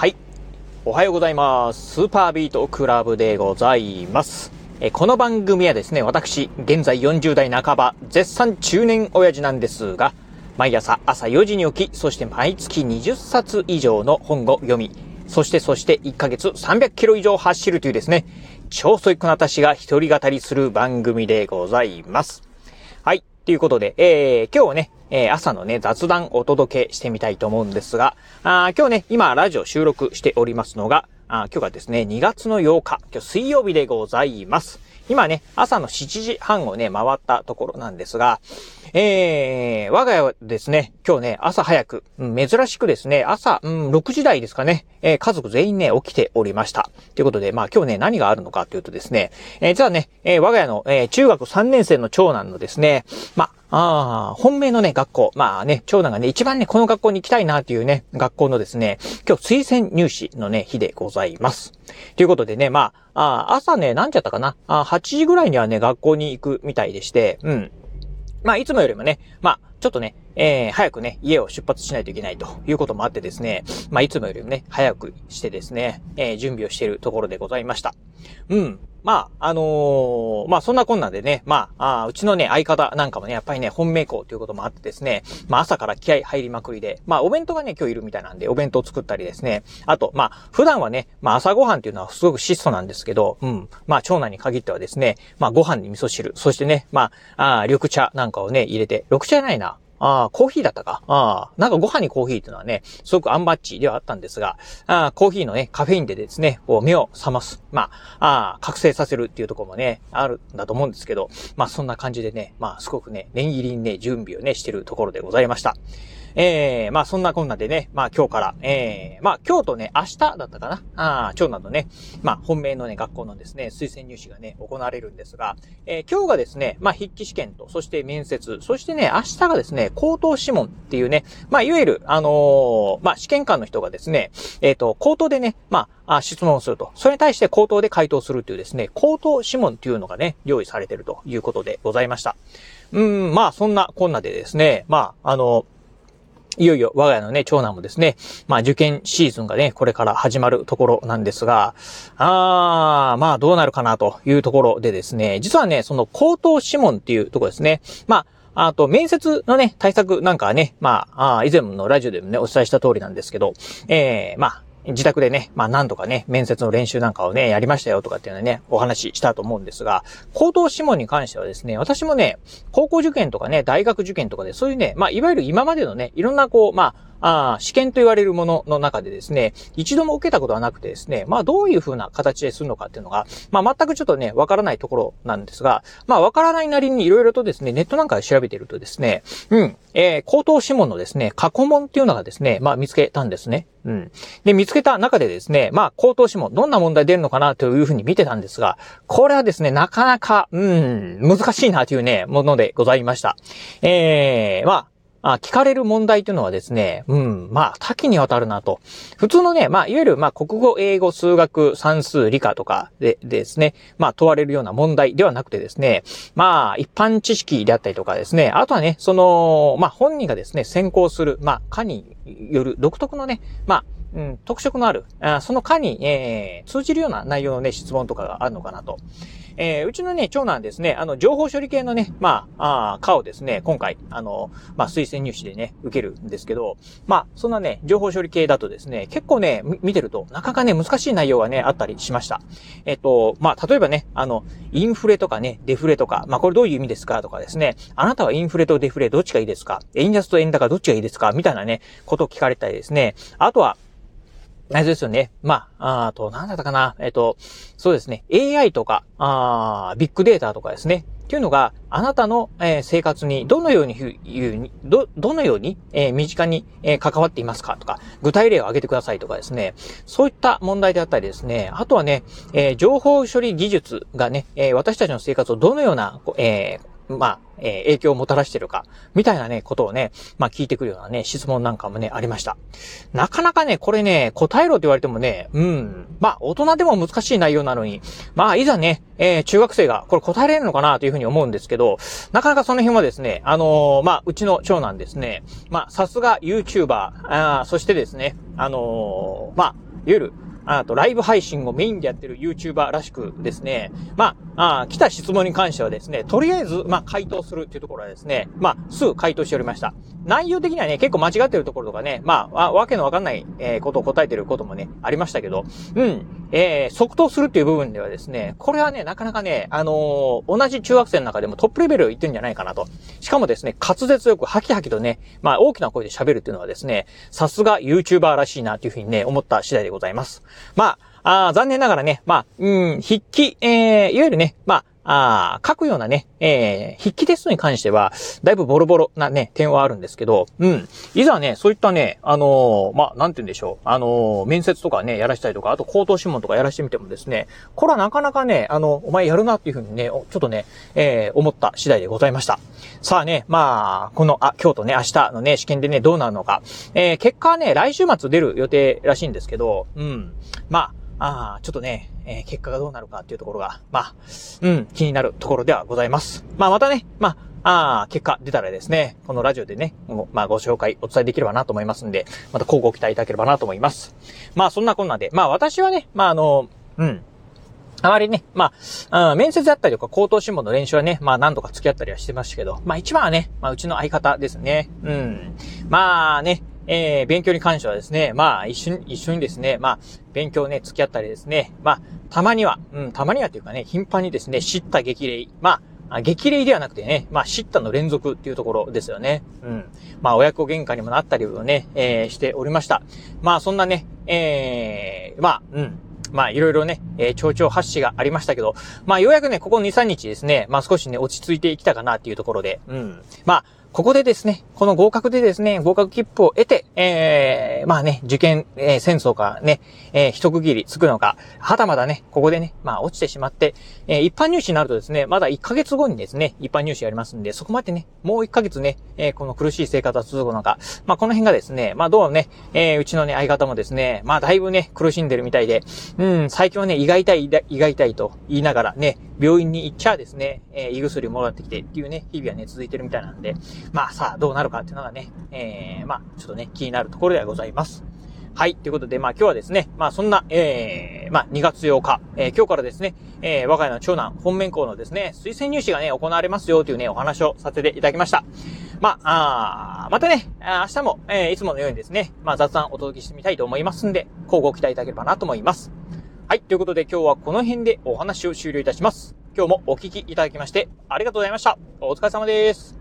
はい。おはようございます。スーパービートクラブでございます。この番組はですね、私、現在40代半ば、絶賛中年親父なんですが、毎朝4時に起き、そして毎月20冊以上の本を読み、そして1ヶ月300キロ以上走るというですね、超ストイックな私が一人語りする番組でございます。はい。ということで、今日はね、朝のね、雑談をお届けしてみたいと思うんですが、今日ね、今ラジオ収録しておりますのが、今日がですね、2月の8日、今日水曜日でございます。今ね、朝の7時半をね、回ったところなんですが、我が家はですね、今日ね、朝早く、珍しくですね、朝、6時台ですかね、家族全員ね、起きておりました。ということで、今日ね、何があるのかというとですね、実はね、我が家の、中学3年生の長男のですね、本命のね、学校。長男がね、一番ね、この学校に行きたいなっていうね、学校のですね、今日推薦入試のね、日でございます。ということでね、朝ね、何時だったかな8時ぐらいにはね、学校に行くみたいでして、いつもよりもね、ちょっとね、早くね、家を出発しないといけないということもあってですね、いつもよりもね、早くしてですね、準備をしているところでございました。そんなこんなんでね、うちのね、相方なんかもね、やっぱりね、本命校ということもあってですね、朝から気合入りまくりで、お弁当がね、今日いるみたいなんで、お弁当を作ったりですね、あと、普段はね、朝ごはんっていうのはすごく質素なんですけど、長男に限ってはですね、ご飯に味噌汁、そしてね、緑茶なんかをね、入れて、緑茶じゃないな。コーヒーだったか。なんかご飯にコーヒーっていうのはね、すごくアンバッチではあったんですが、コーヒーのね、カフェインでですね、こう目を覚ます。覚醒させるっていうところもね、あるんだと思うんですけど、そんな感じでね、すごくね、念入りにね、準備をね、してるところでございました。そんなこんなでね、今日から、今日とね、明日だったかな。長男のね、本命のね、学校のですね、推薦入試がね、行われるんですが、今日がですね、筆記試験と、そして面接、そしてね、明日がですね、口頭試問っていうね、いわゆる、試験官の人がですね、口頭でね、質問をすると。それに対して口頭で回答するというですね、口頭試問っていうのがね、用意されているということでございました。そんなこんなでですね、いよいよ我が家のね、長男もですね、受験シーズンがね、これから始まるところなんですが、どうなるかなというところでですね、実はね、その口頭試問っていうところですね、あと、面接のね、対策なんかはね、以前のラジオでもね、お伝えした通りなんですけど、自宅でね、何度かね、面接の練習なんかをね、やりましたよとかっていうのはね、お話ししたと思うんですが、口頭試問に関してはですね、私もね、高校受験とかね、大学受験とかで、そういうね、いわゆる今までのね、いろんな試験と言われるものの中でですね、一度も受けたことはなくてですね、どういう風な形でするのかっていうのが、全くちょっとね、わからないところなんですが、わからないなりにいろいろとですね、ネットなんかで調べているとですね、口頭試問のですね、過去問っていうのがですね、見つけたんですね。で、見つけた中でですね、口頭試問、どんな問題出るのかなというふうに見てたんですが、これはですね、なかなか、難しいなというね、ものでございました。聞かれる問題というのはですね、多岐にわたるなと。普通のね、いわゆる、国語、英語、数学、算数、理科とかでですね、問われるような問題ではなくてですね、一般知識であったりとかですね、あとはね、本人がですね、専攻する、科による独特のね、特色のある、その科に、通じるような内容のね、質問とかがあるのかなと。うちのね、長男はですね、情報処理系のね、科をですね、今回、推薦入試でね、受けるんですけど、そんなね、情報処理系だとですね、結構ね、見てると、なかなかね、難しい内容がね、あったりしました。例えばね、インフレとかね、デフレとか、これどういう意味ですかとかですね、あなたはインフレとデフレどっちがいいですか？円安と円高どっちがいいですか？みたいなね、ことを聞かれたりですね、あとは、あれですよね。なんだったかな。そうですね。AI とか、ビッグデータとかですね。っていうのが、あなたの、生活にどのように身近に、関わっていますかとか、具体例を挙げてくださいとかですね。そういった問題であったりですね。あとはね、情報処理技術がね、私たちの生活をどのような、影響をもたらしているか、みたいなね、ことをね、聞いてくるようなね、質問なんかもね、ありました。なかなかね、これね、答えろって言われてもね、大人でも難しい内容なのに、いざね、中学生がこれ答えられるのかなというふうに思うんですけど、なかなかその辺はですね、うちの長男ですね、さすが YouTuber、そしてですね、 ゆる、ライブ配信をメインでやってる YouTuber らしくですね、来た質問に関してはですね、とりあえず、回答するっていうところはですね、すぐ回答しておりました。内容的にはね、結構間違ってるところとかね、わけのわかんない、ことを答えてることもね、ありましたけど、即答するっていう部分ではですね、これはね、なかなかね、同じ中学生の中でもトップレベルを言ってるんじゃないかなと。しかもですね、滑舌よくハキハキとね、大きな声で喋るっていうのはですね、さすが YouTuber らしいなというふうにね、思った次第でございます。残念ながらね、筆記、いわゆるね、書くようなね、筆記テストに関しては、だいぶボロボロなね、点はあるんですけど、いざね、そういったね、なんて言うんでしょう、面接とかね、やらしたりとか、あと口頭諮問とかやらしてみてもですね、これはなかなかね、お前やるなっていうふうにね、ちょっとね、思った次第でございました。さあね、今日とね、明日のね、試験でね、どうなるのか。結果はね、来週末出る予定らしいんですけど、ちょっとね、結果がどうなるかっていうところが、気になるところではございます。またね、結果出たらですね、このラジオでね、ご紹介お伝えできればなと思いますんで、またご期待いただければなと思います。そんなこんなで、私はね、あまりね、面接だったりとか、口頭諮問の練習はね、何度か付き合ったりはしてましたけど、一番はね、うちの相方ですね。勉強に関してはですね、一緒にですね、勉強ね、付き合ったりですね、たまにはというかね、頻繁にですね、叱咤激励、激励ではなくてね、叱咤の連続っていうところですよね。親子喧嘩にもなったりをね、しておりました。そんなね、いろいろね、丁々発止がありましたけど、ようやくね、ここ2、3日ですね、少しね、落ち着いてきたかなっていうところで、ここでですね、この合格でですね、合格切符を得て、受験、戦争がね、一区切りつくのか、はたまたね、ここでね、落ちてしまって、一般入試になるとですね、まだ1ヶ月後にですね、一般入試やりますんで、そこまでね、もう1ヶ月ね、この苦しい生活は続くのか、この辺がですね、どうね、うちのね、相方もですね、だいぶね、苦しんでるみたいで、最近はね、胃が痛いと言いながらね、病院に行っちゃですね、胃薬もらってきてっていうね、日々はね、続いてるみたいなんで、さあ、どうなるかっていうのがね、ちょっとね、気になるところではございます。はい。ということで、今日はですね、そんな、2月8日、今日からですね、我が家の長男、本面校のですね、推薦入試がね、行われますよというね、お話をさせていただきました。またね、明日も、いつものようにですね、雑談お届けしてみたいと思いますんで、ご期待いただければなと思います。はい。ということで、今日はこの辺でお話を終了いたします。今日もお聞きいただきまして、ありがとうございました。お疲れ様です。